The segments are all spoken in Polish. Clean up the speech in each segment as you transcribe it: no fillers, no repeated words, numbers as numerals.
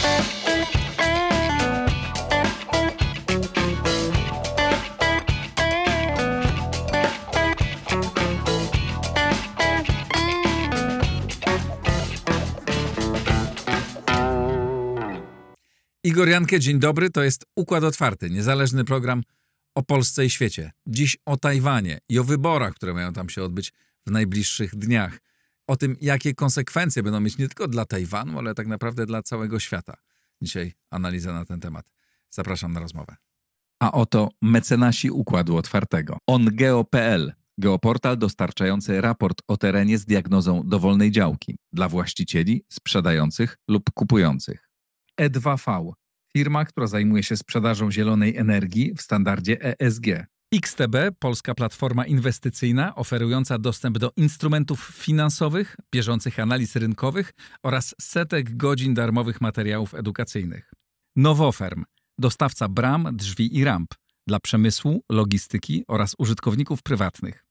Igor Jankę, dzień dobry. To jest Układ Otwarty, niezależny program o Polsce i świecie. Dziś o Tajwanie i o wyborach, które mają tam się odbyć w najbliższych dniach. O tym, jakie konsekwencje będą mieć nie tylko dla Tajwanu, ale tak naprawdę dla całego świata. Dzisiaj analiza na ten temat. Zapraszam na rozmowę. A oto mecenasi Układu Otwartego. OnGeo.pl. Geoportal dostarczający raport o terenie z diagnozą dowolnej działki dla właścicieli, sprzedających lub kupujących. E2V, firma, która zajmuje się sprzedażą zielonej energii w standardzie ESG. XTB, polska platforma inwestycyjna oferująca dostęp do instrumentów finansowych, bieżących analiz rynkowych oraz setek godzin darmowych materiałów edukacyjnych. Nowoferm, dostawca bram, drzwi i ramp dla przemysłu, logistyki oraz użytkowników prywatnych.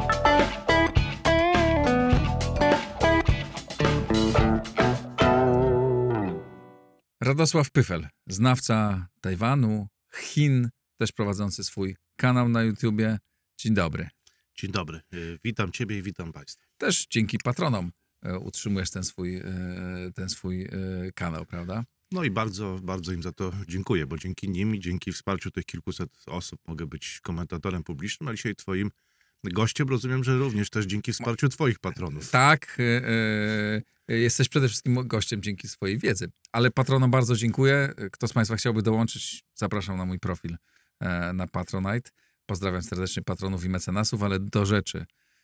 Radosław Pyfel, znawca Tajwanu, Chin, też prowadzący swój kanał na YouTubie. Dzień dobry. Dzień dobry. Witam Ciebie i witam Państwa. Też dzięki patronom utrzymujesz ten swój kanał, prawda? No i bardzo, bardzo im za to dziękuję, bo dzięki nim i dzięki wsparciu tych kilkuset osób mogę być komentatorem publicznym, a dzisiaj Twoim gościem, rozumiem, że również też dzięki wsparciu Twoich patronów. Tak, jesteś przede wszystkim gościem dzięki swojej wiedzy. Ale patronom bardzo dziękuję. Kto z Państwa chciałby dołączyć, zapraszam na mój profil na Patronite. Pozdrawiam serdecznie patronów i mecenasów, ale do rzeczy.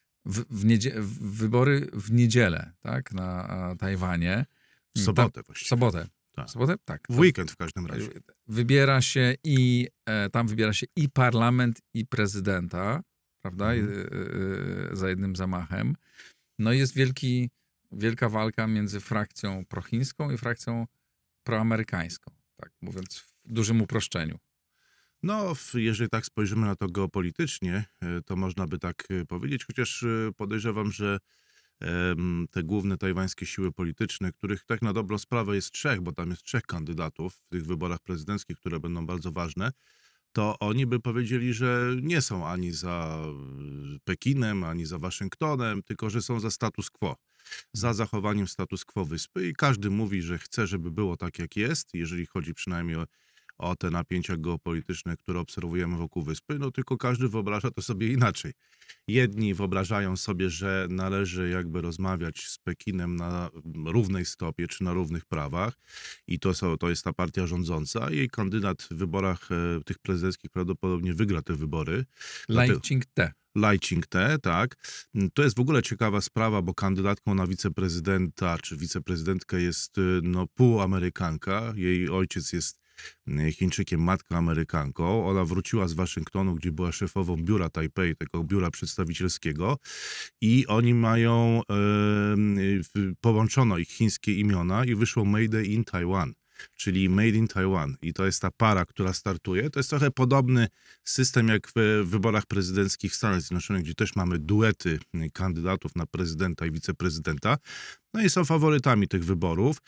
Wybory w niedzielę, tak, na Tajwanie. W sobotę właściwie. W sobotę. Tak. W sobotę? Tak. W weekend w każdym razie. Tam wybiera się i parlament, i prezydenta, prawda? Za jednym zamachem. No i jest wielka walka między frakcją prochińską i frakcją proamerykańską, tak mówiąc w dużym uproszczeniu. No, jeżeli tak spojrzymy na to geopolitycznie, to można by tak powiedzieć, chociaż podejrzewam, że te główne tajwańskie siły polityczne, których tak na dobrą sprawę jest trzech, bo tam jest trzech kandydatów w tych wyborach prezydenckich, które będą bardzo ważne, to oni by powiedzieli, że nie są ani za Pekinem, ani za Waszyngtonem, tylko że są za status quo. Za zachowaniem status quo wyspy i każdy mówi, że chce, żeby było tak, jak jest, jeżeli chodzi przynajmniej o te napięcia geopolityczne, które obserwujemy wokół wyspy, no tylko każdy wyobraża to sobie inaczej. Jedni wyobrażają sobie, że należy jakby rozmawiać z Pekinem na równej stopie czy na równych prawach i to jest ta partia rządząca. Jej kandydat w wyborach tych prezydenckich prawdopodobnie wygra te wybory. Lai Ching-te, tak. To jest w ogóle ciekawa sprawa, bo kandydatką na wiceprezydenta czy wiceprezydentkę jest półamerykanka. Jej ojciec jest Chińczykiem, matka Amerykanką. Ona wróciła z Waszyngtonu, gdzie była szefową biura Tajpej, tego biura przedstawicielskiego i oni mają, połączono ich chińskie imiona i wyszło Made in Taiwan, czyli Made in Taiwan. I to jest ta para, która startuje. To jest trochę podobny system jak w wyborach prezydenckich w Stanach Zjednoczonych, gdzie też mamy duety kandydatów na prezydenta i wiceprezydenta. No i są faworytami tych wyborów.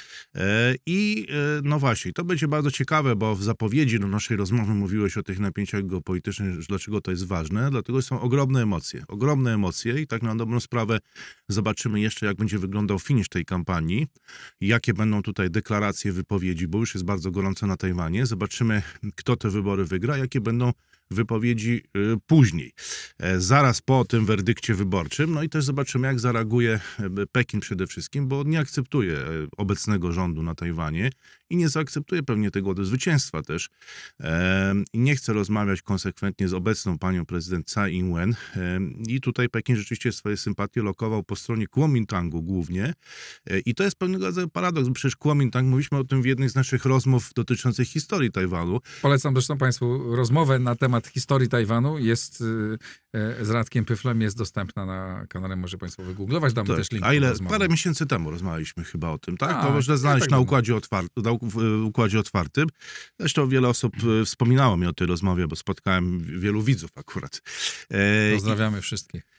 No właśnie, to będzie bardzo ciekawe, bo w zapowiedzi do naszej rozmowy mówiłeś o tych napięciach geopolitycznych, dlaczego to jest ważne. Dlatego są ogromne emocje i tak na dobrą sprawę zobaczymy jeszcze, jak będzie wyglądał finisz tej kampanii, jakie będą tutaj deklaracje, wypowiedzi, bo już jest bardzo gorąco na Tajwanie. Zobaczymy, kto te wybory wygra, jakie będą wypowiedzi później, zaraz po tym werdykcie wyborczym. No i też zobaczymy, jak zareaguje Pekin przede wszystkim, bo nie akceptuje obecnego rządu na Tajwanie i nie zaakceptuje pewnie tego zwycięstwa też. I nie chce rozmawiać konsekwentnie z obecną panią prezydent Tsai Ing-wen. I tutaj Pekin rzeczywiście swoje sympatie lokował po stronie Kuomintangu głównie. I to jest pewnego rodzaju paradoks, bo przecież Kuomintang, mówiliśmy o tym w jednej z naszych rozmów dotyczących historii Tajwanu. Polecam zresztą Państwu rozmowę na temat historii Tajwanu. Jest z Radkiem Pyflem, jest dostępna na kanale, może Państwo wygooglować, damy też link. A ile? Parę miesięcy temu rozmawialiśmy chyba o tym, tak? To można znaleźć tak na Układzie Otwartym. Zresztą wiele osób wspominało mi o tej rozmowie, bo spotkałem wielu widzów akurat. Pozdrawiamy wszystkich.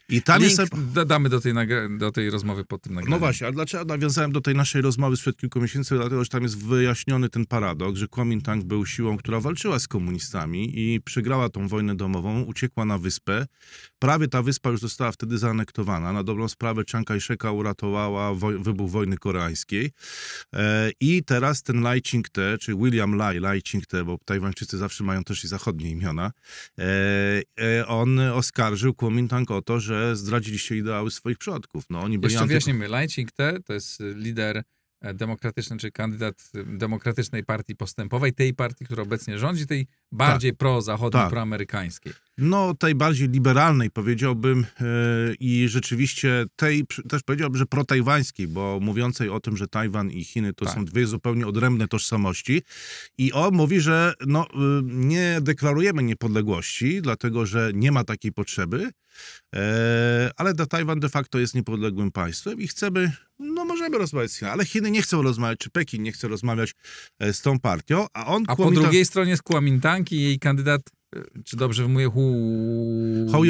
I tam Link jest... dodamy do tej rozmowy pod tym nagraniem. No właśnie, a dlaczego nawiązałem do tej naszej rozmowy sprzed kilku miesięcy? Dlatego, że tam jest wyjaśniony ten paradoks, że Kuomintang był siłą, która walczyła z komunistami i przegrała tą wojnę domową, uciekła na wyspę. Prawie ta wyspa już została wtedy zaanektowana. Na dobrą sprawę Chiang Kai-sheka uratowała wybuch wojny koreańskiej. I teraz ten Lai Ching-te, czy William Lai Ching-te, bo Tajwańczycy zawsze mają też i zachodnie imiona, on oskarżył Kuomintang o to, że zdradziliście ideały swoich przodków. No, oni byli Jeszcze wyjaśnimy, Lai Ching-te to jest lider demokratyczny, czy kandydat Demokratycznej Partii Postępowej, tej partii, która obecnie rządzi, tej bardziej prozachodniej, proamerykańskiej. No, tej bardziej liberalnej, powiedziałbym, i rzeczywiście tej, też powiedziałbym, że protajwańskiej, bo mówiącej o tym, że Tajwan i Chiny to są dwie zupełnie odrębne tożsamości. I on mówi, że no, nie deklarujemy niepodległości, dlatego że nie ma takiej potrzeby, ale Tajwan de facto jest niepodległym państwem i chcemy, no możemy rozmawiać z Chinami, ale Chiny nie chcą rozmawiać, czy Pekin nie chce rozmawiać z tą partią, a po drugiej stronie jest Kuomintang i jej kandydat, czy dobrze wymówię, Hou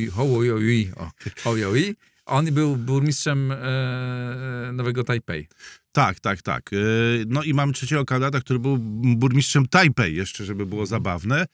Hui. On był burmistrzem Nowego Tajpej. Tak. No i mamy trzeciego kandydata, który był burmistrzem Tajpej, jeszcze żeby było zabawne.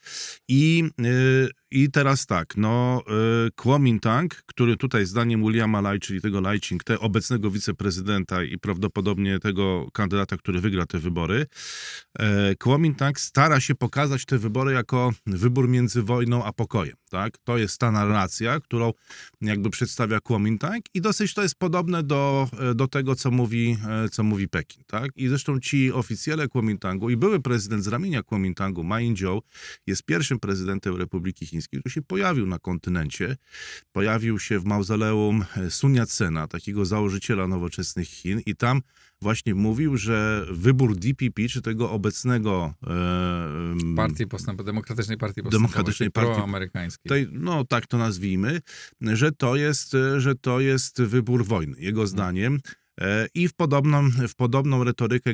I teraz tak, no Kuomintang, który tutaj zdaniem Williama Lai, czyli tego Lai Ching-te, obecnego wiceprezydenta i prawdopodobnie tego kandydata, który wygra te wybory, Kuomintang stara się pokazać te wybory jako wybór między wojną a pokojem. Tak? To jest ta narracja, którą jakby przedstawia Kuomintang i dosyć to jest podobne do tego, co mówi Pekin. Tak? I zresztą ci oficjele Kuomintangu i były prezydent z ramienia Kuomintangu, Ma Ying-jeou, jest pierwszym prezydentem Republiki Chińskiej, który się pojawił na kontynencie. Pojawił się w mauzoleum Sun Yat-sena, takiego założyciela nowoczesnych Chin i tam właśnie mówił, że wybór DPP, czy tego obecnego Demokratycznej Partii Postępowej, proamerykańskiej. No tak to nazwijmy, że to jest wybór wojny, jego zdaniem. I w podobną retorykę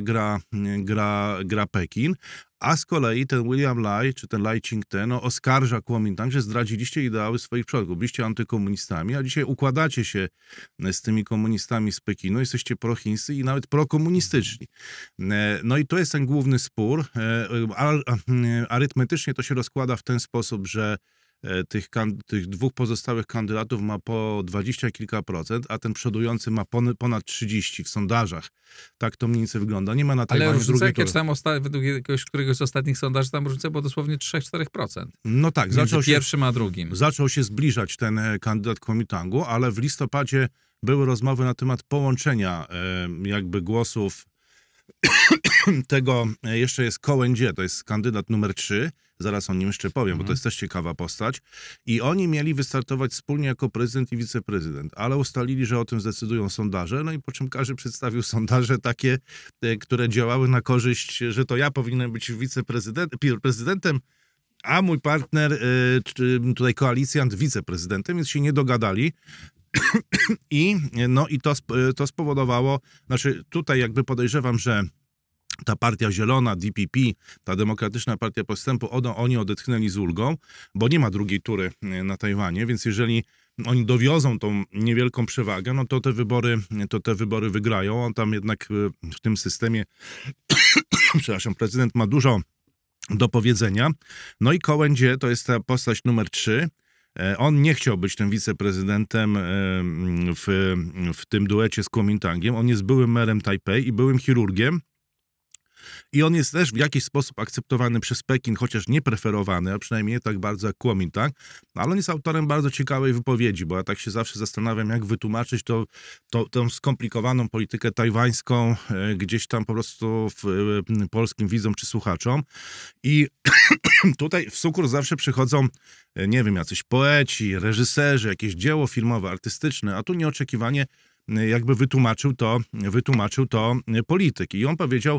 gra Pekin, a z kolei ten William Lai, czy ten Lai Ching-te, no, oskarża Kuomintang, że zdradziliście ideały swoich przodków, byliście antykomunistami, a dzisiaj układacie się z tymi komunistami z Pekinu, jesteście prochińscy i nawet prokomunistyczni. No i to jest ten główny spór. Arytmetycznie to się rozkłada w ten sposób, że tych dwóch pozostałych kandydatów ma po 20 kilka procent, a ten przodujący ma ponad 30 w sondażach. Tak to mniej więcej wygląda. Nie ma na Tajwanie ale różnica, jak turze. czytałem według któregoś z ostatnich sondaży, tam różnica była dosłownie 3-4%. No tak. Między pierwszym a drugim. Zaczął się zbliżać ten kandydat Kuomintangu, ale w listopadzie były rozmowy na temat połączenia jakby głosów tego, jeszcze jest Kołędzie, to jest kandydat numer 3, zaraz o nim jeszcze powiem, bo to jest też ciekawa postać. I oni mieli wystartować wspólnie jako prezydent i wiceprezydent, ale ustalili, że o tym zdecydują sondaże, no i po czym każdy przedstawił sondaże takie, które działały na korzyść, że to ja powinienem być prezydentem, a mój partner, tutaj koalicjant, wiceprezydentem, więc się nie dogadali. I to spowodowało, znaczy tutaj jakby podejrzewam, że ta partia zielona, DPP, ta Demokratyczna Partia Postępu, oni odetchnęli z ulgą, bo nie ma drugiej tury na Tajwanie, więc jeżeli oni dowiozą tą niewielką przewagę, no to te wybory wygrają. On tam jednak w tym systemie, przepraszam, prezydent ma dużo do powiedzenia. No i Kołędzie to jest ta postać numer 3. On nie chciał być tym wiceprezydentem w tym duecie z Kuomintangiem. On jest byłym merem Tajpej i byłym chirurgiem. I on jest też w jakiś sposób akceptowany przez Pekin, chociaż nie preferowany, a przynajmniej nie tak bardzo jak Kuomintang, ale on jest autorem bardzo ciekawej wypowiedzi, bo ja tak się zawsze zastanawiam, jak wytłumaczyć tą skomplikowaną politykę tajwańską gdzieś tam po prostu polskim widzom czy słuchaczom. I tutaj w sukurs zawsze przychodzą, nie wiem, jacyś poeci, reżyserzy, jakieś dzieło filmowe, artystyczne, a tu nieoczekiwanie jakby wytłumaczył to polityk. I on powiedział,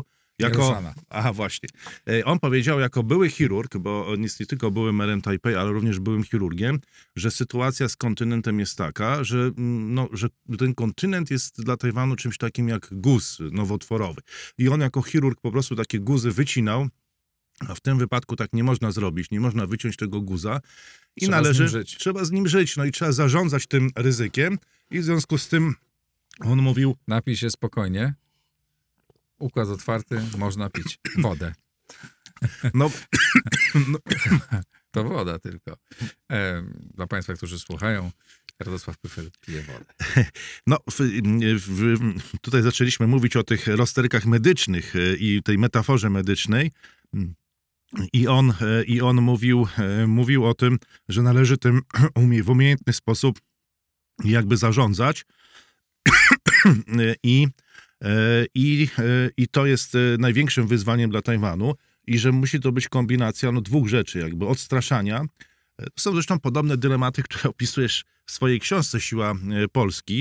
on powiedział jako były chirurg, bo on jest nie tylko byłym merem Tajpej, ale również byłym chirurgiem, że sytuacja z kontynentem jest taka, że ten kontynent jest dla Tajwanu czymś takim jak guz nowotworowy. I on jako chirurg po prostu takie guzy wycinał A w tym wypadku tak nie można zrobić, nie można wyciąć tego guza i Trzeba z nim żyć. trzeba z nim żyć, no i trzeba zarządzać tym ryzykiem i w związku z tym on mówił, Napij się spokojnie. Układ otwarty, można pić wodę. no, To woda tylko. Dla państwa, którzy słuchają, Radosław Pyfel pije wodę. no tutaj zaczęliśmy mówić o tych rozterkach medycznych i tej metaforze medycznej. I on mówił o tym, że należy tym w umiejętny sposób jakby zarządzać i to jest największym wyzwaniem dla Tajwanu i że musi to być kombinacja dwóch rzeczy, jakby odstraszania. To są zresztą podobne dylematy, które opisujesz w swojej książce Siła Polski.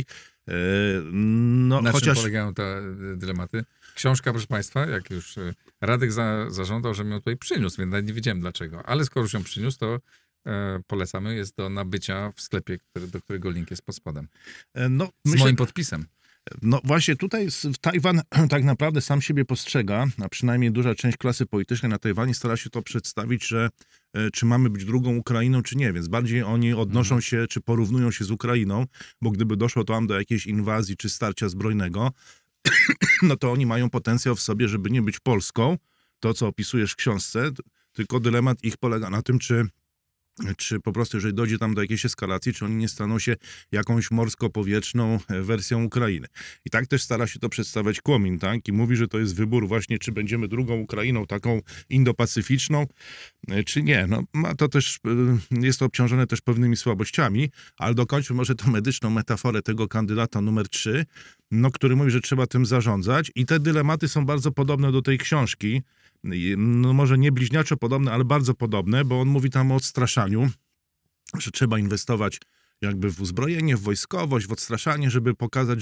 No, Na chociaż czym polegają te dylematy? Książka, proszę państwa, jak już Radek zażądał, żebym ją tutaj przyniósł, więc nawet nie wiedziałem dlaczego. Ale skoro już ją przyniósł, to polecamy. Jest do nabycia w sklepie, do którego link jest pod spodem. no, Z moim podpisem. No właśnie tutaj Tajwan tak naprawdę sam siebie postrzega, a przynajmniej duża część klasy politycznej na Tajwanie stara się to przedstawić, że czy mamy być drugą Ukrainą, czy nie, więc bardziej oni odnoszą się, czy porównują się z Ukrainą, bo gdyby doszło tam do jakiejś inwazji, czy starcia zbrojnego, no to oni mają potencjał w sobie, żeby nie być Polską, to co opisujesz w książce, tylko dylemat ich polega na tym, czy po prostu, jeżeli dojdzie tam do jakiejś eskalacji, czy oni nie staną się jakąś morsko-powietrzną wersją Ukrainy. I tak też stara się to przedstawiać Kuomintang i mówi, że to jest wybór właśnie, czy będziemy drugą Ukrainą, taką indo-pacyficzną, czy nie. No, to też, jest to obciążone też pewnymi słabościami, ale dokończę może tą medyczną metaforę tego kandydata numer 3, który mówi, że trzeba tym zarządzać i te dylematy są bardzo podobne do tej książki, no może nie bliźniaczo podobne, ale bardzo podobne, bo on mówi tam o odstraszaniu, że trzeba inwestować jakby w uzbrojenie, w wojskowość, w odstraszanie, żeby pokazać,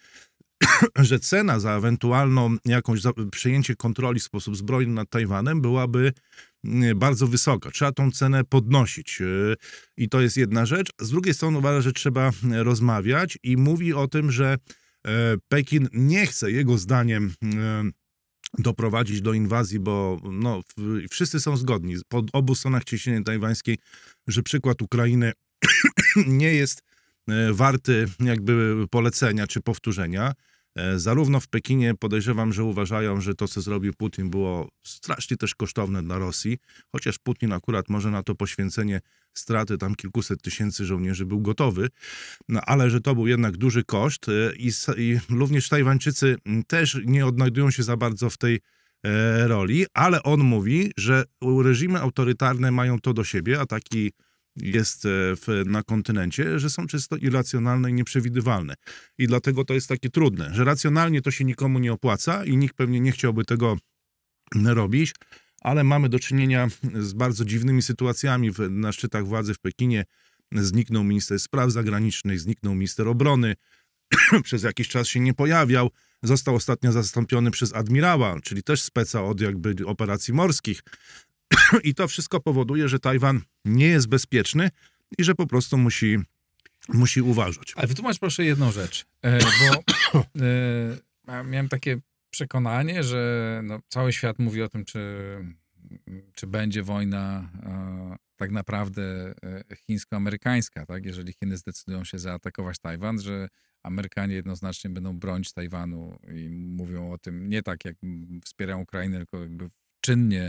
że cena za ewentualną jakąś przejęcie kontroli w sposób zbrojny nad Tajwanem byłaby bardzo wysoka. Trzeba tą cenę podnosić i to jest jedna rzecz. Z drugiej strony uważa, że trzeba rozmawiać i mówi o tym, że Pekin nie chce, jego zdaniem, doprowadzić do inwazji, bo wszyscy są zgodni po obu stronach cieśniny tajwańskiej, że przykład Ukrainy nie jest warty jakby polecenia czy powtórzenia. Zarówno w Pekinie podejrzewam, że uważają, że to, co zrobił Putin, było strasznie też kosztowne dla Rosji, chociaż Putin akurat może na to poświęcenie straty tam kilkuset tysięcy żołnierzy był gotowy, ale że to był jednak duży koszt i również Tajwańczycy też nie odnajdują się za bardzo w tej roli, ale on mówi, że reżimy autorytarne mają to do siebie, a taki jest na kontynencie, że są czysto irracjonalne i nieprzewidywalne. I dlatego to jest takie trudne, że racjonalnie to się nikomu nie opłaca i nikt pewnie nie chciałby tego robić, ale mamy do czynienia z bardzo dziwnymi sytuacjami na szczytach władzy w Pekinie. Zniknął minister spraw zagranicznych, zniknął minister obrony, przez jakiś czas się nie pojawiał, został ostatnio zastąpiony przez admirała, czyli też speca od jakby operacji morskich. I to wszystko powoduje, że Tajwan nie jest bezpieczny i że po prostu musi uważać. Ale wytłumacz proszę jedną rzecz, bo miałem takie przekonanie, że cały świat mówi o tym, czy będzie wojna tak naprawdę chińsko-amerykańska, tak? Jeżeli Chiny zdecydują się zaatakować Tajwan, że Amerykanie jednoznacznie będą bronić Tajwanu i mówią o tym nie tak, jak wspierają Ukrainę, tylko jakby czynnie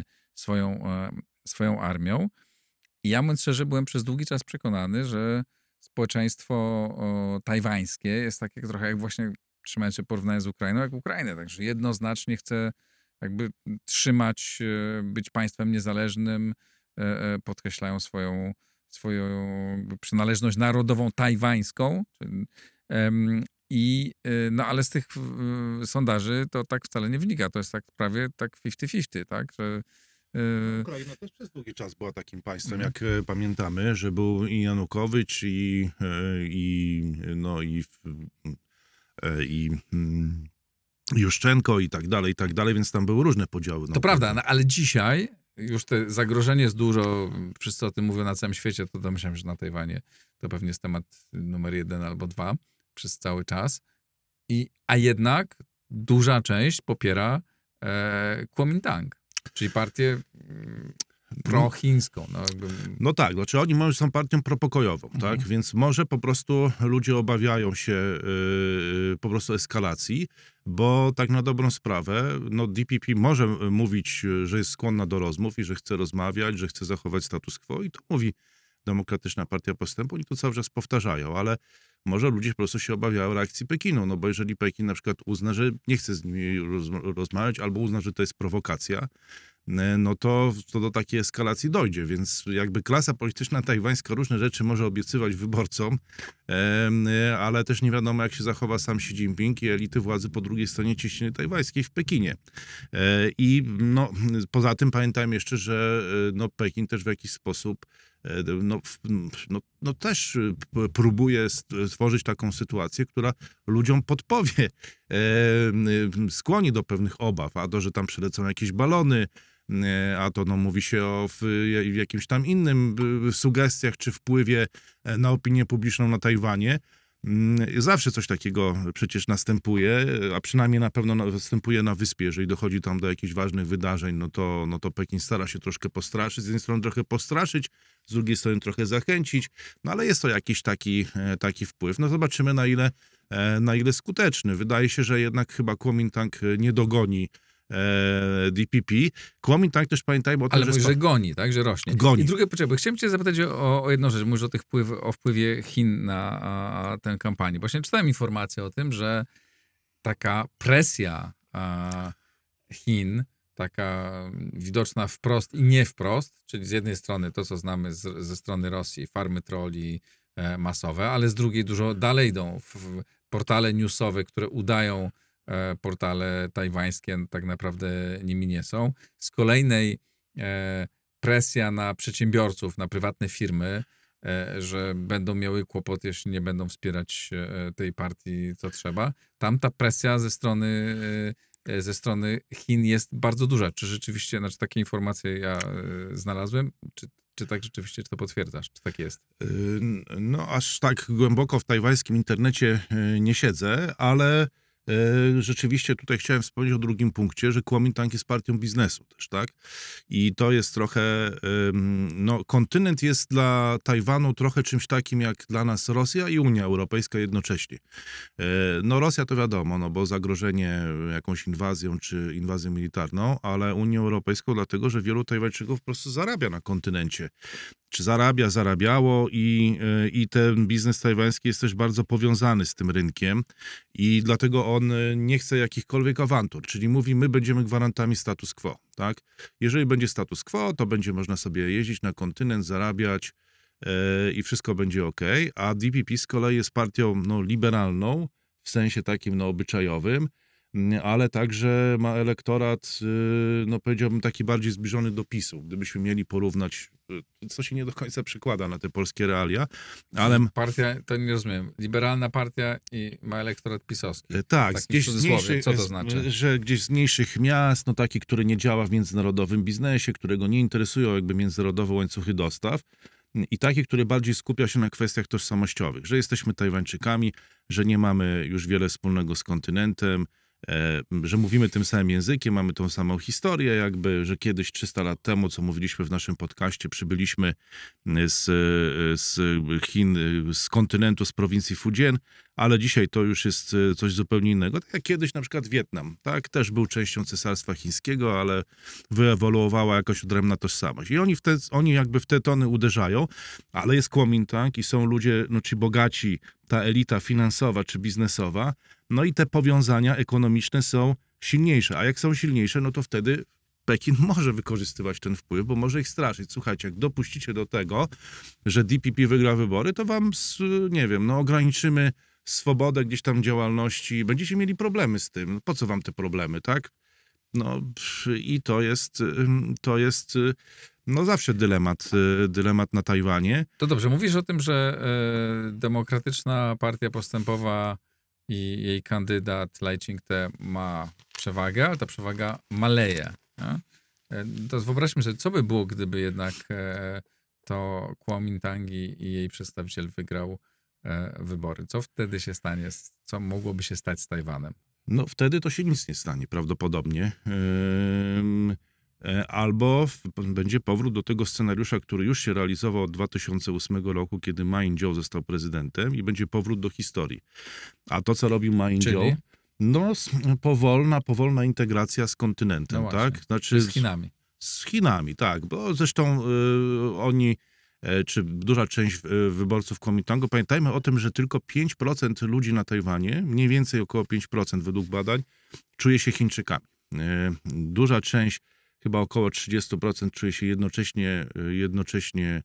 swoją armią. I ja, mówiąc szczerze, byłem przez długi czas przekonany, że społeczeństwo tajwańskie jest takie trochę jak właśnie, trzymając się porównania z Ukrainą, jak Ukrainę. Także jednoznacznie chce jakby trzymać, być państwem niezależnym, podkreślają swoją przynależność narodową tajwańską. Ale z tych sondaży to tak wcale nie wynika. To jest tak prawie tak 50-50, tak? Że Ukraina też przez długi czas była takim państwem, jak pamiętamy, że był i Janukowycz i Juszczenko i tak dalej, więc tam były różne podziały. To prawda, ale dzisiaj już te zagrożenie jest dużo, wszyscy o tym mówią na całym świecie, to domyślam, że na Tajwanie to pewnie jest temat numer 1 albo 2 przez cały czas. A jednak duża część popiera Kuomintang. Czyli partię prochińską. No tak, znaczy oni może są partią propokojową, tak? Więc może po prostu ludzie obawiają się po prostu eskalacji, bo tak na dobrą sprawę, no DPP może mówić, że jest skłonna do rozmów i że chce rozmawiać, że chce zachować status quo i to mówi Demokratyczna Partia Postępu, oni to cały czas powtarzają, ale może ludzie po prostu się obawiają reakcji Pekinu, no bo jeżeli Pekin na przykład uzna, że nie chce z nimi rozmawiać albo uzna, że to jest prowokacja, no to do takiej eskalacji dojdzie, więc jakby klasa polityczna tajwańska różne rzeczy może obiecywać wyborcom, ale też nie wiadomo, jak się zachowa sam Xi Jinping i elity władzy po drugiej stronie cieśniny tajwańskiej w Pekinie. I no, poza tym pamiętajmy jeszcze, że no, Pekin też w jakiś sposób też próbuje stworzyć taką sytuację, która ludziom podpowie, skłoni do pewnych obaw, a to, że tam przylecą jakieś balony, a to no, mówi się o w jakimś tam innym sugestiach czy wpływie na opinię publiczną na Tajwanie. Zawsze coś takiego przecież następuje, a przynajmniej na pewno następuje na wyspie. Jeżeli dochodzi tam do jakichś ważnych wydarzeń, no to Pekin stara się troszkę postraszyć. Z jednej strony trochę postraszyć, z drugiej strony trochę zachęcić, no ale jest to jakiś taki wpływ. No zobaczymy na ile skuteczny. Wydaje się, że jednak chyba Kuomintang nie dogoni DPP. Kuomintang też pamiętajmy o tym, ale mówisz, że goni, tak? Że rośnie. Goni. I drugie, poczekaj, chciałem cię zapytać o jedną rzecz. Mówisz o wpływie Chin na tę kampanię. Właśnie czytałem informację o tym, że taka presja Chin, taka widoczna wprost i nie wprost, czyli z jednej strony to, co znamy ze strony Rosji, farmy trolli masowe, ale z drugiej dużo dalej idą portale newsowe, które udają portale tajwańskie, tak naprawdę nimi nie są. Z kolejnej presja na przedsiębiorców, na prywatne firmy, że będą miały kłopot, jeśli nie będą wspierać tej partii, co trzeba. Tam ta presja ze strony Chin jest bardzo duża. Czy rzeczywiście, znaczy takie informacje ja znalazłem, czy tak rzeczywiście, czy to potwierdzasz? Czy tak jest? No aż tak głęboko w tajwańskim internecie nie siedzę, ale rzeczywiście tutaj chciałem wspomnieć o drugim punkcie, że Kuomintang jest partią biznesu też, tak? I to jest trochę, no kontynent jest dla Tajwanu trochę czymś takim jak dla nas Rosja i Unia Europejska jednocześnie. No Rosja to wiadomo, no bo zagrożenie jakąś inwazją czy inwazją militarną, ale Unię Europejską dlatego, że wielu Tajwańczyków po prostu zarabia na kontynencie. Czy zarabiało i ten biznes tajwański jest też bardzo powiązany z tym rynkiem i dlatego on nie chce jakichkolwiek awantur, czyli mówi, my będziemy gwarantami status quo, tak? Jeżeli będzie status quo, to będzie można sobie jeździć na kontynent, zarabiać i wszystko będzie ok, a DPP z kolei jest partią no, liberalną, w sensie takim no, obyczajowym, ale także ma elektorat, no powiedziałbym, taki bardziej zbliżony do PiS-u. Gdybyśmy mieli porównać, co się nie do końca przekłada na te polskie realia, ale... Partia, to nie rozumiem, liberalna partia i ma elektorat pisowski. Tak, gdzieś z mniejszych, co to znaczy? Że gdzieś z mniejszych miast, no taki, który nie działa w międzynarodowym biznesie, którego nie interesują jakby międzynarodowe łańcuchy dostaw, i taki, który bardziej skupia się na kwestiach tożsamościowych, że jesteśmy Tajwańczykami, że nie mamy już wiele wspólnego z kontynentem, że mówimy tym samym językiem, mamy tą samą historię, jakby, że kiedyś 300 lat temu, co mówiliśmy w naszym podcaście, przybyliśmy z Chin, z kontynentu, z prowincji Fujian, ale dzisiaj to już jest coś zupełnie innego. Tak jak kiedyś na przykład Wietnam, tak, też był częścią Cesarstwa Chińskiego, ale wyewoluowała jakoś odrębna tożsamość. I oni jakby w te tony uderzają, ale jest Kuomintang i są ludzie, no ci bogaci, ta elita finansowa czy biznesowa, no i te powiązania ekonomiczne są silniejsze. A jak są silniejsze, no to wtedy Pekin może wykorzystywać ten wpływ, bo może ich straszyć. Słuchajcie, jak dopuścicie do tego, że DPP wygra wybory, to wam, nie wiem, no ograniczymy swobodę gdzieś tam działalności, będziecie mieli problemy z tym. Po co wam te problemy, tak? No i to jest no zawsze dylemat na Tajwanie. To dobrze, mówisz o tym, że Demokratyczna Partia Postępowa i jej kandydat Lai Ching-te ma przewagę, ale ta przewaga maleje. Nie? To wyobraźmy sobie, co by było, gdyby jednak to Kuomintang i jej przedstawiciel wygrał wybory. Co wtedy się stanie? Co mogłoby się stać z Tajwanem? No wtedy to się nic nie stanie prawdopodobnie. albo będzie powrót do tego scenariusza, który już się realizował od 2008 roku, kiedy Ma Ying-jeou został prezydentem i będzie powrót do historii. A to, co robił Ma Ying-jeou, no powolna integracja z kontynentem, no tak? Znaczy, z Chinami. Z Chinami, tak, bo zresztą oni, czy duża część wyborców Kuomintangu, pamiętajmy o tym, że tylko 5% ludzi na Tajwanie, mniej więcej około 5% według badań, czuje się Chińczykami. Duża część, chyba około 30% czuje się jednocześnie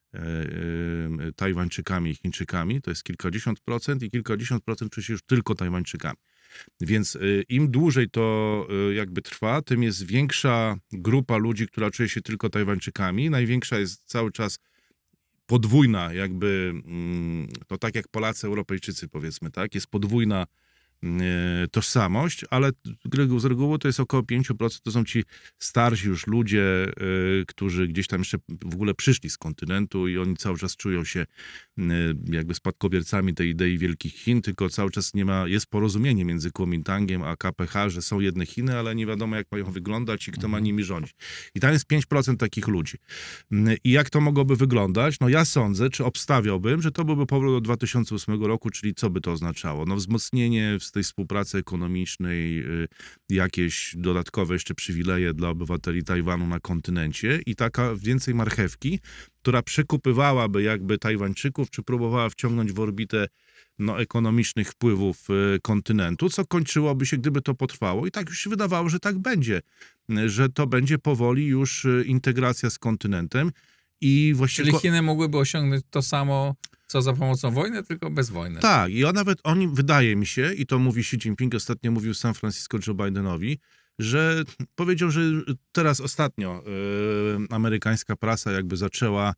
Tajwańczykami i Chińczykami, to jest kilkadziesiąt procent i kilkadziesiąt procent czuje się już tylko Tajwańczykami. Więc im dłużej to jakby trwa, tym jest większa grupa ludzi, która czuje się tylko Tajwańczykami. Największa jest cały czas podwójna jakby, to tak jak Polacy, Europejczycy powiedzmy, tak? Jest podwójna tożsamość, ale z reguły to jest około 5%, to są ci starsi już ludzie, którzy gdzieś tam jeszcze w ogóle przyszli z kontynentu i oni cały czas czują się jakby spadkobiercami tej idei wielkich Chin, tylko cały czas jest porozumienie między Kuomintangiem a KPH, że są jedne Chiny, ale nie wiadomo jak mają wyglądać i kto ma nimi rządzić. I tam jest 5% takich ludzi. I jak to mogłoby wyglądać? No ja sądzę, czy obstawiałbym, że to byłby powrót do 2008 roku, czyli co by to oznaczało? No wzmocnienie z tej współpracy ekonomicznej, jakieś dodatkowe jeszcze przywileje dla obywateli Tajwanu na kontynencie i taka więcej marchewki, która przekupywałaby jakby Tajwańczyków, czy próbowała wciągnąć w orbitę ekonomicznych wpływów kontynentu, co kończyłoby się, gdyby to potrwało. I tak już się wydawało, że tak będzie, że to będzie powoli już integracja z kontynentem. I właściwie... Czyli Chiny mogłyby osiągnąć to samo, co za pomocą wojny, tylko bez wojny. Tak, i oni, wydaje mi się, i to mówi Xi Jinping, ostatnio mówił w San Francisco Joe Bidenowi, że powiedział, że teraz ostatnio amerykańska prasa jakby zaczęła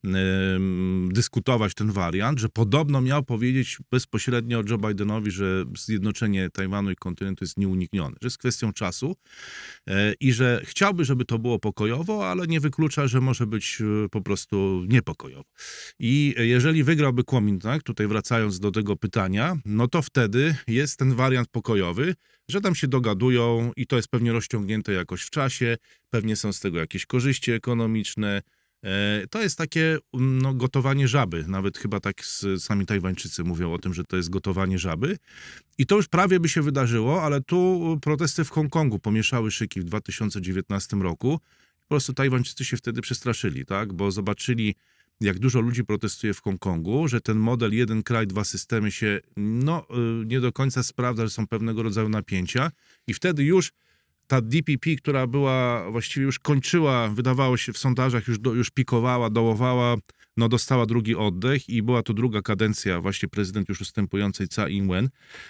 dyskutować ten wariant, że podobno miał powiedzieć bezpośrednio Joe Bidenowi, że zjednoczenie Tajwanu i kontynentu jest nieuniknione, że jest kwestią czasu i że chciałby, żeby to było pokojowo, ale nie wyklucza, że może być po prostu niepokojowo. I jeżeli wygrałby Kuomintang, tutaj wracając do tego pytania, no to wtedy jest ten wariant pokojowy, że tam się dogadują i to jest pewnie rozciągnięte jakoś w czasie, pewnie są z tego jakieś korzyści ekonomiczne. To jest takie gotowanie żaby. Nawet chyba tak sami Tajwańczycy mówią o tym, że to jest gotowanie żaby. I to już prawie by się wydarzyło, ale tu protesty w Hongkongu pomieszały szyki w 2019 roku. Po prostu Tajwańczycy się wtedy przestraszyli, tak? Bo zobaczyli, jak dużo ludzi protestuje w Hongkongu, że ten model jeden kraj, dwa systemy się nie do końca sprawdza, że są pewnego rodzaju napięcia. I wtedy już ta DPP, która była, właściwie już kończyła, wydawało się w sondażach, już pikowała, dołowała, dostała drugi oddech i była to druga kadencja właśnie prezydent już ustępującej Tsai Ing-wen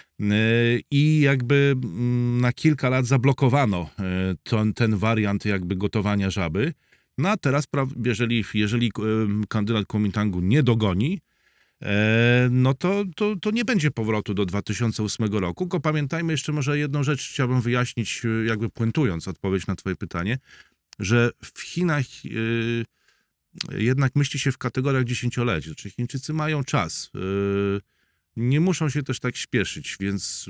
i jakby na kilka lat zablokowano ten wariant jakby gotowania żaby. No a teraz, jeżeli kandydat Kuomintangu nie dogoni, no to nie będzie powrotu do 2008 roku. Tylko pamiętajmy jeszcze może jedną rzecz, chciałbym wyjaśnić, jakby puentując odpowiedź na twoje pytanie, że w Chinach jednak myśli się w kategoriach dziesięcioleci. Znaczy Chińczycy mają czas. Nie muszą się też tak śpieszyć, więc...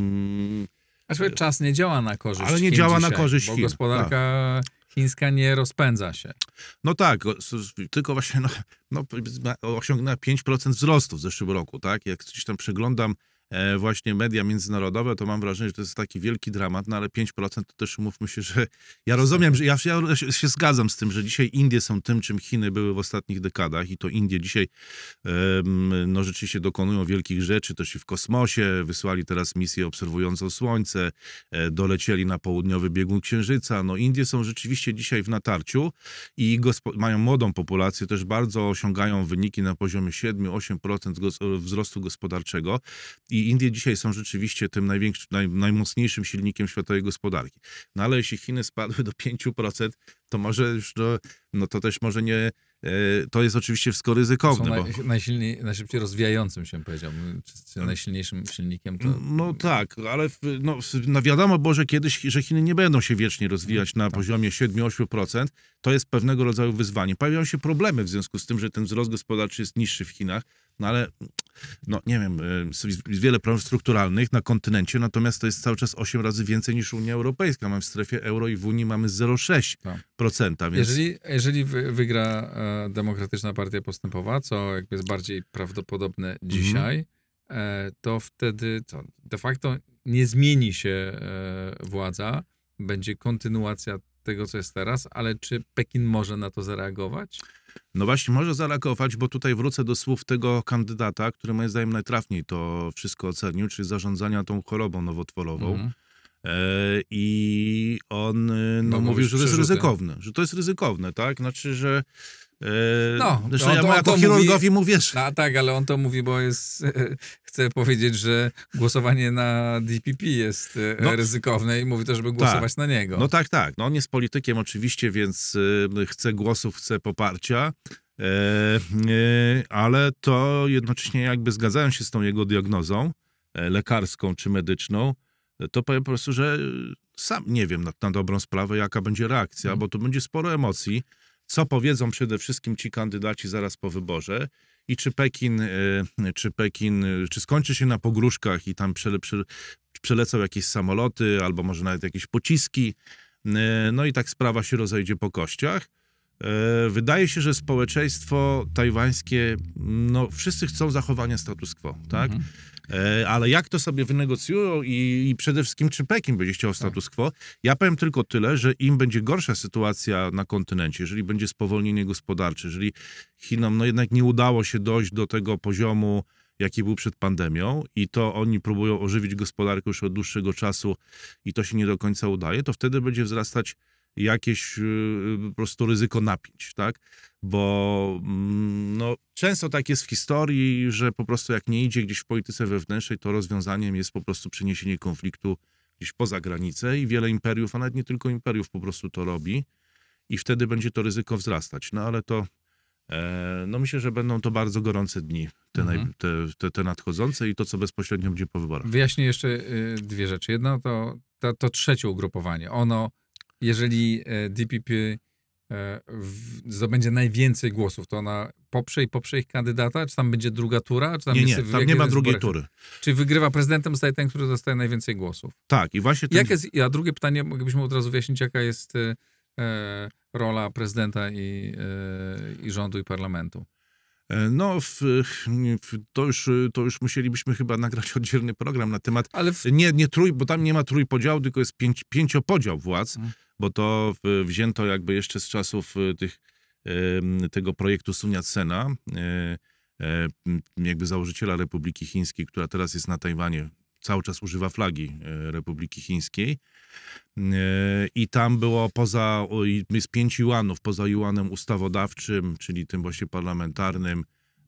czas nie działa na korzyść Ale nie Chin działa dzisiaj, na korzyść bo Chin. gospodarka chińska nie rozpędza się. No tak, tylko właśnie osiągnęła 5% wzrostu w zeszłym roku, tak? Jak gdzieś tam przeglądam właśnie media międzynarodowe, to mam wrażenie, że to jest taki wielki dramat, no ale 5% to też umówmy się, że ja rozumiem, że ja się zgadzam z tym, że dzisiaj Indie są tym, czym Chiny były w ostatnich dekadach i to Indie dzisiaj rzeczywiście dokonują wielkich rzeczy, też i w kosmosie, wysłali teraz misję obserwującą Słońce, dolecieli na południowy biegun Księżyca, Indie są rzeczywiście dzisiaj w natarciu i mają młodą populację, też bardzo osiągają wyniki na poziomie 7-8% wzrostu gospodarczego i Indie dzisiaj są rzeczywiście tym najmocniejszym silnikiem światowej gospodarki. No ale jeśli Chiny spadły do 5%, to może już, to też może nie, to jest oczywiście wszystko ryzykowne. Są najszybciej rozwijającym się, powiedziałbym, czy najsilniejszym silnikiem. To... No tak, ale wiadomo było, że kiedyś, że Chiny nie będą się wiecznie rozwijać na poziomie 7-8%. To jest pewnego rodzaju wyzwanie. Pojawiają się problemy w związku z tym, że ten wzrost gospodarczy jest niższy w Chinach. No ale, no nie wiem, jest wiele problemów strukturalnych na kontynencie, natomiast to jest cały czas 8 razy więcej niż Unia Europejska. Mamy w strefie euro i w Unii mamy 0,6%. Więc... Jeżeli wygra Demokratyczna Partia Postępowa, co jakby jest bardziej prawdopodobne dzisiaj, to wtedy co? De facto nie zmieni się władza, będzie kontynuacja tego, co jest teraz, ale czy Pekin może na to zareagować? No właśnie, może zareagować, bo tutaj wrócę do słów tego kandydata, który moim zdaniem najtrafniej to wszystko ocenił, czyli zarządzania tą chorobą nowotworową. I on mówił, że to jest ryzykowne. Że to jest ryzykowne, tak? Znaczy, że zresztą ja jako chirurgowi mu wierzę. No tak, ale on to mówi, bo chce powiedzieć, że głosowanie na DPP jest ryzykowne i mówi to, żeby głosować na niego. No tak. No on jest politykiem oczywiście, więc chce głosów, chce poparcia, ale to jednocześnie jakby zgadzając się z tą jego diagnozą lekarską czy medyczną, to powiem po prostu, że sam nie wiem na dobrą sprawę, jaka będzie reakcja, bo tu będzie sporo emocji. Co powiedzą przede wszystkim ci kandydaci zaraz po wyborze i czy skończy się na pogróżkach i tam przelecą jakieś samoloty albo może nawet jakieś pociski. No i tak sprawa się rozejdzie po kościach. Wydaje się, że społeczeństwo tajwańskie, no wszyscy chcą zachowania status quo, tak? Ale jak to sobie wynegocjują i przede wszystkim czy Pekin będzie chciał status quo? Ja powiem tylko tyle, że im będzie gorsza sytuacja na kontynencie, jeżeli będzie spowolnienie gospodarcze, jeżeli Chinom no jednak nie udało się dojść do tego poziomu, jaki był przed pandemią i to oni próbują ożywić gospodarkę już od dłuższego czasu i to się nie do końca udaje, to wtedy będzie wzrastać jakieś po prostu ryzyko napięć, tak? Bo no, często tak jest w historii, że po prostu jak nie idzie gdzieś w polityce wewnętrznej, to rozwiązaniem jest po prostu przeniesienie konfliktu gdzieś poza granicę i wiele imperiów, a nawet nie tylko imperiów po prostu to robi i wtedy będzie to ryzyko wzrastać. No ale to no myślę, że będą to bardzo gorące dni, te nadchodzące i to, co bezpośrednio będzie po wyborach. Wyjaśnię jeszcze dwie rzeczy. Jedno to trzecie ugrupowanie. Jeżeli DPP zdobędzie najwięcej głosów, to ona poprze ich kandydata? Czy tam będzie druga tura? Czy tam tam nie ma drugiej tury. Czy wygrywa prezydentem, zostaje ten, który dostaje najwięcej głosów? Tak, i właśnie... A drugie pytanie, moglibyśmy od razu wyjaśnić, jaka jest rola prezydenta i rządu i parlamentu? No, to już musielibyśmy chyba nagrać oddzielny program na temat... Ale bo tam nie ma trójpodziału, tylko jest pięciopodział władz, bo to wzięto jakby jeszcze z czasów tego projektu Sun Yat-sena, jakby założyciela Republiki Chińskiej, która teraz jest na Tajwanie, cały czas używa flagi Republiki Chińskiej. I tam było jest 5 juanów, poza juanem ustawodawczym, czyli tym właśnie parlamentarnym,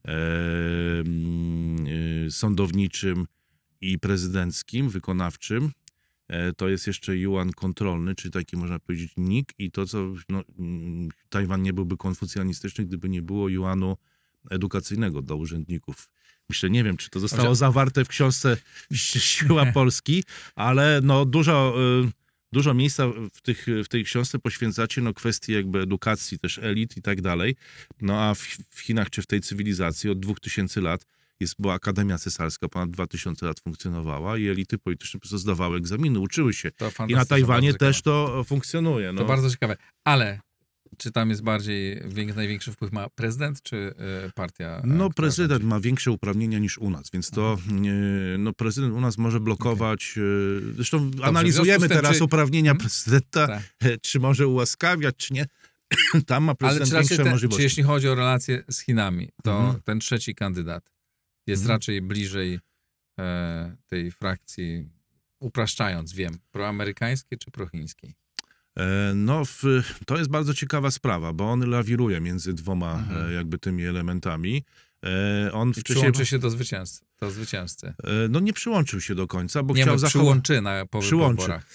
sądowniczym i prezydenckim, wykonawczym. To jest jeszcze juan kontrolny, czyli taki można powiedzieć NIK i to, co Tajwan nie byłby konfucjanistyczny, gdyby nie było juanu edukacyjnego dla urzędników. Myślę, nie wiem, czy to zostało zawarte w książce Siła Polski, ale no dużo miejsca w tej książce poświęcacie kwestii jakby edukacji też elit i tak dalej. No a w Chinach czy w tej cywilizacji od 2000 lat była Akademia Cesarska, ponad 2000 lat funkcjonowała i elity polityczne po prostu zdawały egzaminy, uczyły się. I na Tajwanie też to funkcjonuje. No. To bardzo ciekawe. Ale czy tam jest największy wpływ ma prezydent, czy partia? No prezydent ma większe uprawnienia niż u nas, więc to prezydent u nas może blokować, zresztą analizujemy teraz uprawnienia prezydenta, czy może ułaskawiać, czy nie. Tam ma prezydent większe możliwości. Czy jeśli chodzi o relacje z Chinami, to ten trzeci kandydat jest raczej bliżej tej frakcji, upraszczając, proamerykańskiej czy prochińskiej? To jest bardzo ciekawa sprawa, bo on lawiruje między dwoma jakby tymi elementami. Przyłączy się do zwycięzcy. No nie przyłączył się do końca, bo chciał przyłączy po wyborach.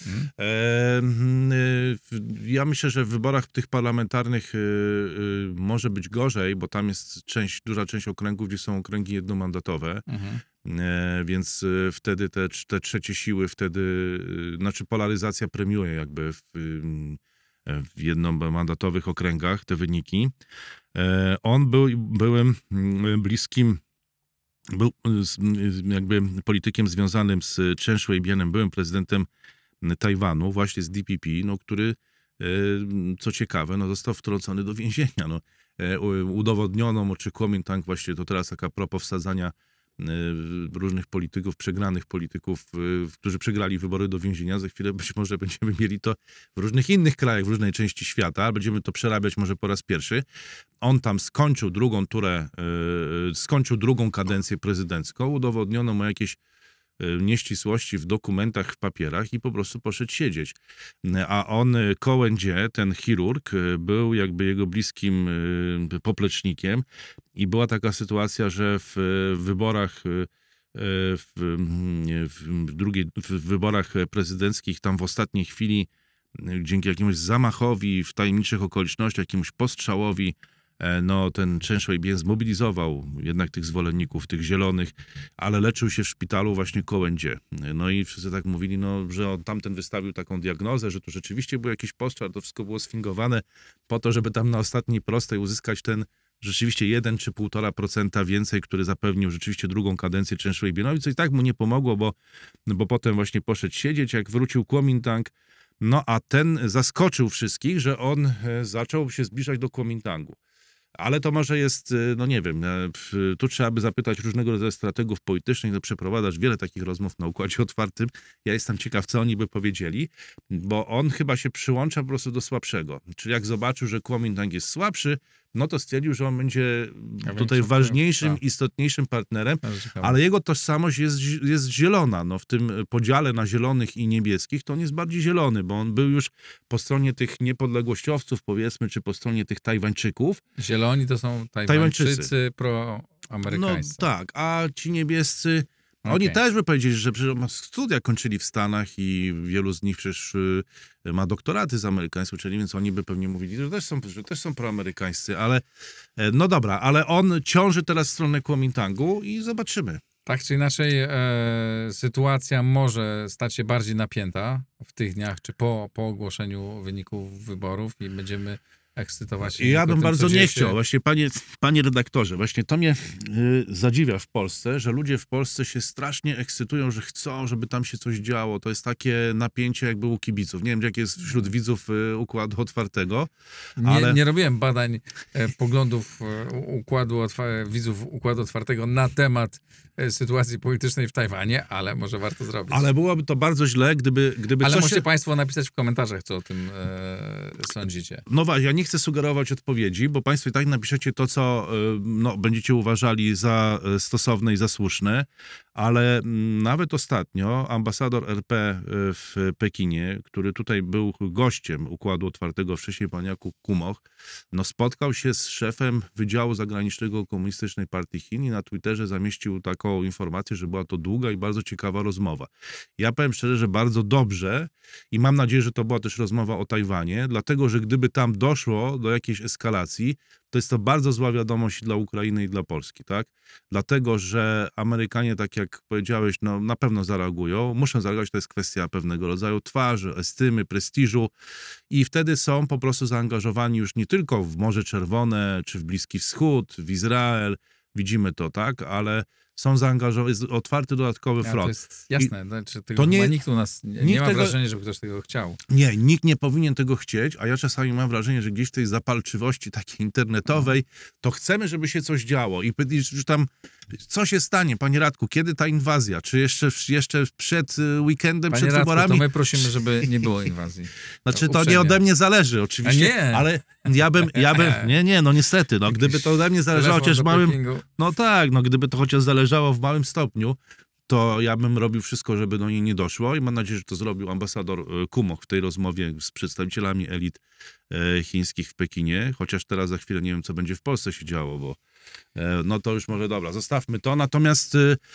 Ja myślę, że w wyborach tych parlamentarnych może być gorzej, bo tam jest duża część okręgów, gdzie są okręgi jednomandatowe. Więc wtedy te trzecie siły, polaryzacja premiuje jakby w jednomandatowych okręgach te wyniki. On był byłym bliskim był jakby politykiem związanym z Chen Shui-bianem, byłym prezydentem Tajwanu, właśnie z DPP, no, który, co ciekawe, no, został wtrącony do więzienia. No. Udowodniono, czy Kuomintang, właśnie to teraz taka propos wsadzania różnych polityków, przegranych polityków, którzy przegrali wybory do więzienia. Za chwilę być może będziemy mieli to w różnych innych krajach, w różnej części świata. Będziemy to przerabiać może po raz pierwszy. On tam skończył drugą kadencję prezydencką. Udowodniono mu jakieś nieścisłości w dokumentach, w papierach i po prostu poszedł siedzieć. A on, Kołędzie, ten chirurg, był jakby jego bliskim poplecznikiem i była taka sytuacja, że w wyborach w wyborach prezydenckich tam w ostatniej chwili dzięki jakiemuś zamachowi w tajemniczych okolicznościach, jakiemuś postrzałowi, no ten Chen Shui-bian zmobilizował jednak tych zwolenników, tych zielonych, ale leczył się w szpitalu właśnie Kołędzie. No i wszyscy tak mówili, no, że on tamten wystawił taką diagnozę, że to rzeczywiście był jakiś postrzał, to wszystko było sfingowane po to, żeby tam na ostatniej prostej uzyskać ten rzeczywiście 1 czy 1,5% więcej, który zapewnił rzeczywiście drugą kadencję Chen Shui-bianowi, co i tak mu nie pomogło, bo potem właśnie poszedł siedzieć, jak wrócił Kuomintang, no a ten zaskoczył wszystkich, że on zaczął się zbliżać do Kuomintangu. Ale to może jest, no nie wiem, tu trzeba by zapytać różnego rodzaju strategów politycznych, no przeprowadzasz wiele takich rozmów na Układzie Otwartym. Ja jestem ciekaw, co oni by powiedzieli, bo on chyba się przyłącza po prostu do słabszego. Czyli jak zobaczył, że Kuomintang jest słabszy, no to stwierdził, że on będzie tutaj ważniejszym, istotniejszym partnerem, ale jego tożsamość jest zielona. No, w tym podziale na zielonych i niebieskich to on jest bardziej zielony, bo on był już po stronie tych niepodległościowców, powiedzmy, czy po stronie tych Tajwańczyków. Zieloni to są Tajwańczycy proamerykańscy. No tak, a ci niebiescy, oni też by powiedzieli, że przecież studia kończyli w Stanach i wielu z nich przecież ma doktoraty z amerykańskiej uczelni, więc oni by pewnie mówili, że też są proamerykańscy, ale no dobra, ale on ciąży teraz w stronę Kuomintangu i zobaczymy. Tak czy inaczej sytuacja może stać się bardziej napięta w tych dniach, czy po ogłoszeniu wyników wyborów i będziemy ekscytować się. Ja bym bardzo nie chciał. Właśnie panie redaktorze, właśnie to mnie zadziwia w Polsce, że ludzie w Polsce się strasznie ekscytują, że chcą, żeby tam się coś działo. To jest takie napięcie jakby u kibiców. Nie wiem, jak jest wśród widzów Układu Otwartego. Ale... Nie robiłem badań poglądów widzów Układu Otwartego na temat sytuacji politycznej w Tajwanie, ale może warto zrobić. Ale byłoby to bardzo źle, gdyby ale możecie państwo napisać w komentarzach, co o tym sądzicie. No właśnie, ja nie chcę sugerować odpowiedzi, bo państwo i tak napiszecie to, co no, będziecie uważali za stosowne i za słuszne, ale nawet ostatnio ambasador RP w Pekinie, który tutaj był gościem Układu Otwartego, wcześniej pan Jakub Kumoch, no spotkał się z szefem Wydziału Zagranicznego Komunistycznej Partii Chin i na Twitterze zamieścił taką informację, że była to długa i bardzo ciekawa rozmowa. Ja powiem szczerze, że bardzo dobrze i mam nadzieję, że to była też rozmowa o Tajwanie, dlatego, że gdyby tam doszło do jakiejś eskalacji, to jest to bardzo zła wiadomość dla Ukrainy i dla Polski, tak? Dlatego, że Amerykanie, tak jak powiedziałeś, no na pewno zareagują. Muszą zareagować, to jest kwestia pewnego rodzaju twarzy, estymy, prestiżu i wtedy są po prostu zaangażowani już nie tylko w Morze Czerwone, czy w Bliski Wschód, w Izrael, widzimy to, tak? Ale są zaangażowani, jest otwarty dodatkowy front. To jest jasne, to nikt u nas nie ma wrażenia, żeby ktoś tego chciał. Nie, nikt nie powinien tego chcieć, a ja czasami mam wrażenie, że gdzieś w tej zapalczywości takiej internetowej, to chcemy, żeby się coś działo i że tam co się stanie, panie Radku, kiedy ta inwazja? Czy jeszcze przed weekendem, panie przed Radku, wyborami? To my prosimy, żeby nie było inwazji. Znaczy, to nie ode mnie zależy oczywiście, nie. ale ja bym, no niestety, no gdyby to ode mnie zależało chociaż w małym, no tak, no gdyby to chociaż zależało w małym stopniu, to ja bym robił wszystko, żeby do niej nie doszło i mam nadzieję, że to zrobił ambasador Kumoch w tej rozmowie z przedstawicielami elit chińskich w Pekinie, chociaż teraz za chwilę nie wiem, co będzie w Polsce się działo, bo no to już może dobra, zostawmy to, natomiast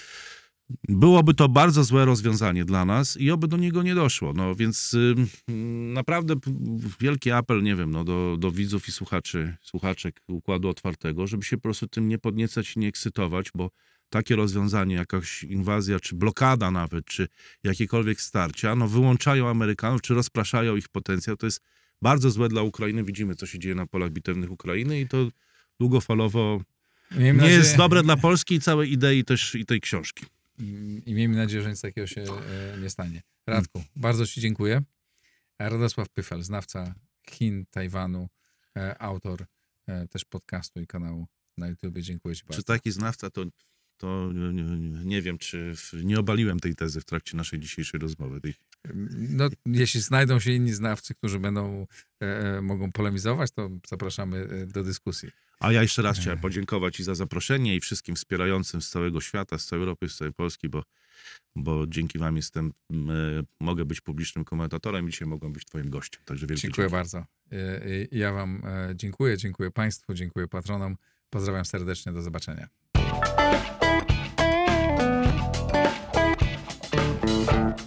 byłoby to bardzo złe rozwiązanie dla nas i oby do niego nie doszło, no więc naprawdę wielki apel, nie wiem, no do widzów i słuchaczek Układu Otwartego, żeby się po prostu tym nie podniecać i nie ekscytować, bo takie rozwiązanie, jakaś inwazja, czy blokada nawet, czy jakiekolwiek starcia, no wyłączają Amerykanów, czy rozpraszają ich potencjał. To jest bardzo złe dla Ukrainy. Widzimy, co się dzieje na polach bitewnych Ukrainy i to długofalowo Miejmy nie jest nadzieję- dobre dla Polski i całej idei też i tej książki. I miejmy nadzieję, że nic takiego się nie stanie. Radku, bardzo ci dziękuję. Radosław Pyfel, znawca Chin, Tajwanu, autor też podcastu i kanału na YouTubie. Dziękuję ci bardzo. Czy taki znawca, to nie wiem, czy nie obaliłem tej tezy w trakcie naszej dzisiejszej rozmowy. No, jeśli znajdą się inni znawcy, którzy mogą polemizować, to zapraszamy do dyskusji. A ja jeszcze raz chciałem podziękować i za zaproszenie i wszystkim wspierającym z całego świata, z całej Europy, z całej Polski, bo dzięki wam mogę być publicznym komentatorem i dzisiaj mogłem być twoim gościem. Także wielkie Dziękuję dzięki. bardzo. Ja wam dziękuję państwu, dziękuję patronom. Pozdrawiam serdecznie, do zobaczenia.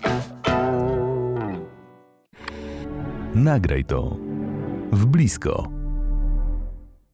Nagraj to w blisko.